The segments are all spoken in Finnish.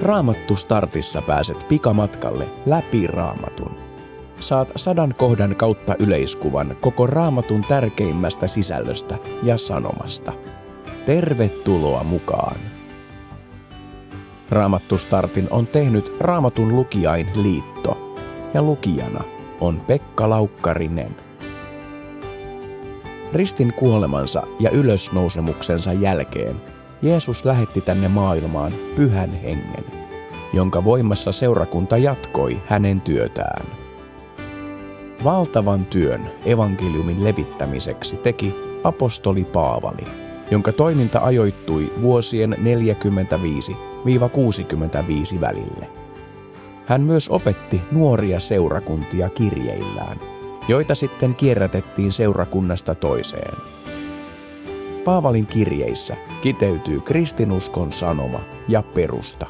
Raamattu Startissa pääset pikamatkalle läpi Raamatun. Saat 100 kohdan kautta yleiskuvan koko Raamatun tärkeimmästä sisällöstä ja sanomasta. Tervetuloa mukaan! Raamattu Startin on tehnyt Raamatun lukijain liitto ja lukijana on Pekka Laukkarinen. Ristin kuolemansa ja ylösnousemuksensa jälkeen Jeesus lähetti tänne maailmaan Pyhän Hengen, jonka voimassa seurakunta jatkoi hänen työtään. Valtavan työn evankeliumin levittämiseksi teki apostoli Paavali, jonka toiminta ajoittui vuosien 45–65 välille. Hän myös opetti nuoria seurakuntia kirjeillään, joita sitten kierrätettiin seurakunnasta toiseen. Paavalin kirjeissä kiteytyy kristinuskon sanoma ja perusta.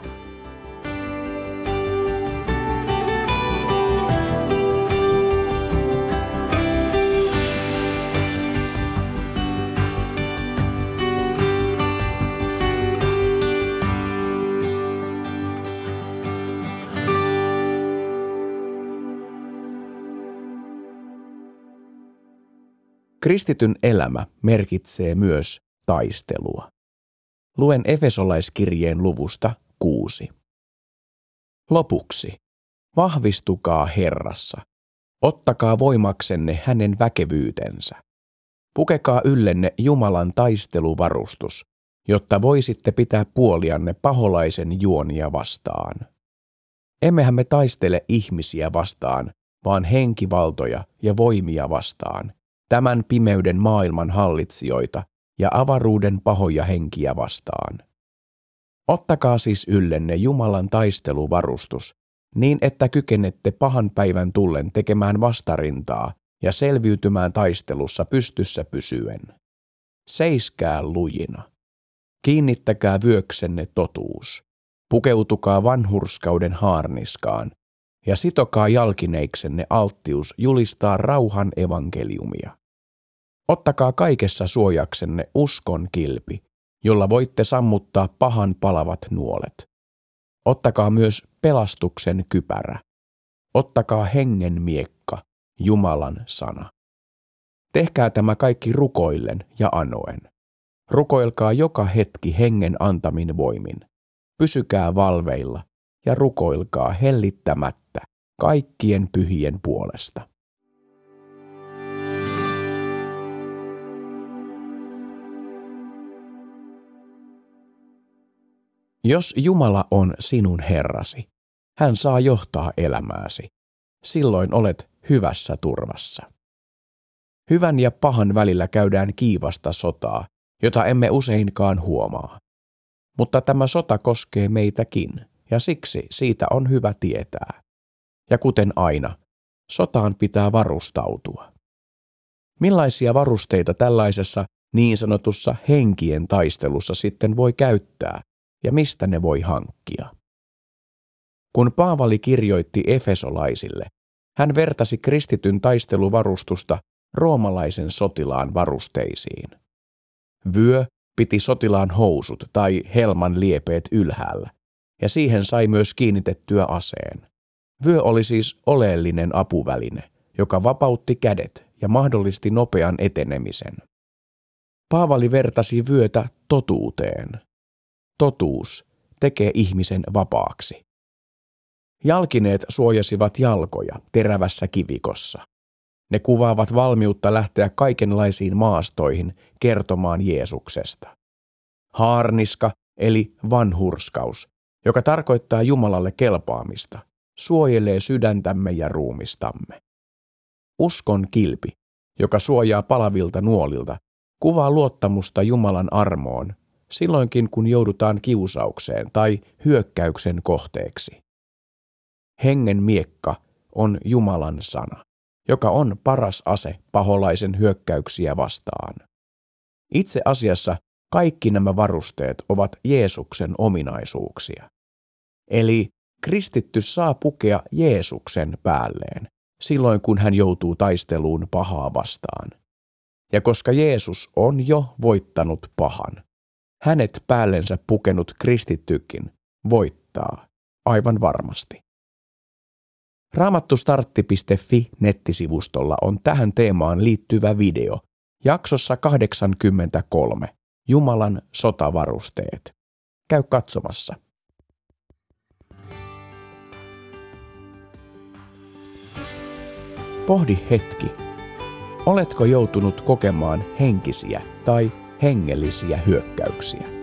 Kristityn elämä merkitsee myös taistelua. Luen Efesolaiskirjeen luvusta 6. Lopuksi, vahvistukaa Herrassa. Ottakaa voimaksenne hänen väkevyytensä. Pukekaa yllenne Jumalan taisteluvarustus, jotta voisitte pitää puolianne paholaisen juonia vastaan. Emmehän me taistele ihmisiä vastaan, vaan henkivaltoja ja voimia vastaan, tämän pimeyden maailman hallitsijoita ja avaruuden pahoja henkiä vastaan. Ottakaa siis yllenne Jumalan taisteluvarustus, niin että kykenette pahan päivän tullen tekemään vastarintaa ja selviytymään taistelussa pystyssä pysyen. Seiskää lujina. Kiinnittäkää vyöksenne totuus. Pukeutukaa vanhurskauden haarniskaan ja sitokaa jalkineiksenne alttius julistaa rauhan evankeliumia. Ottakaa kaikessa suojaksenne uskon kilpi, jolla voitte sammuttaa pahan palavat nuolet. Ottakaa myös pelastuksen kypärä. Ottakaa hengen miekka, Jumalan sana. Tehkää tämä kaikki rukoillen ja anoen. Rukoilkaa joka hetki hengen antamin voimin. Pysykää valveilla ja rukoilkaa hellittämättä kaikkien pyhien puolesta. Jos Jumala on sinun Herrasi, hän saa johtaa elämääsi. Silloin olet hyvässä turvassa. Hyvän ja pahan välillä käydään kiivasta sotaa, jota emme useinkaan huomaa. Mutta tämä sota koskee meitäkin, ja siksi siitä on hyvä tietää. Ja kuten aina, sotaan pitää varustautua. Millaisia varusteita tällaisessa niin sanotussa henkien taistelussa sitten voi käyttää, ja mistä ne voi hankkia? Kun Paavali kirjoitti efesolaisille, hän vertasi kristityn taisteluvarustusta roomalaisen sotilaan varusteisiin. Vyö piti sotilaan housut tai helman liepeet ylhäällä, ja siihen sai myös kiinnitettyä aseen. Vyö oli siis oleellinen apuväline, joka vapautti kädet ja mahdollisti nopean etenemisen. Paavali vertasi vyötä totuuteen. Totuus tekee ihmisen vapaaksi. Jalkineet suojasivat jalkoja terävässä kivikossa. Ne kuvaavat valmiutta lähteä kaikenlaisiin maastoihin kertomaan Jeesuksesta. Haarniska eli vanhurskaus, joka tarkoittaa Jumalalle kelpaamista, suojelee sydäntämme ja ruumistamme. Uskon kilpi, joka suojaa palavilta nuolilta, kuvaa luottamusta Jumalan armoon silloinkin, kun joudutaan kiusaukseen tai hyökkäyksen kohteeksi. Hengen miekka on Jumalan sana, joka on paras ase paholaisen hyökkäyksiä vastaan. Itse asiassa kaikki nämä varusteet ovat Jeesuksen ominaisuuksia. Eli kristitty saa pukea Jeesuksen päälleen silloin, kun hän joutuu taisteluun pahaa vastaan. Ja koska Jeesus on jo voittanut pahan, hänet päällensä pukenut kristittykin voittaa haittaa. Aivan varmasti. Raamattustartti.fi nettisivustolla on tähän teemaan liittyvä video, jaksossa 83, Jumalan sotavarusteet. Käy katsomassa. Pohdi hetki. Oletko joutunut kokemaan henkisiä tai hengellisiä hyökkäyksiä?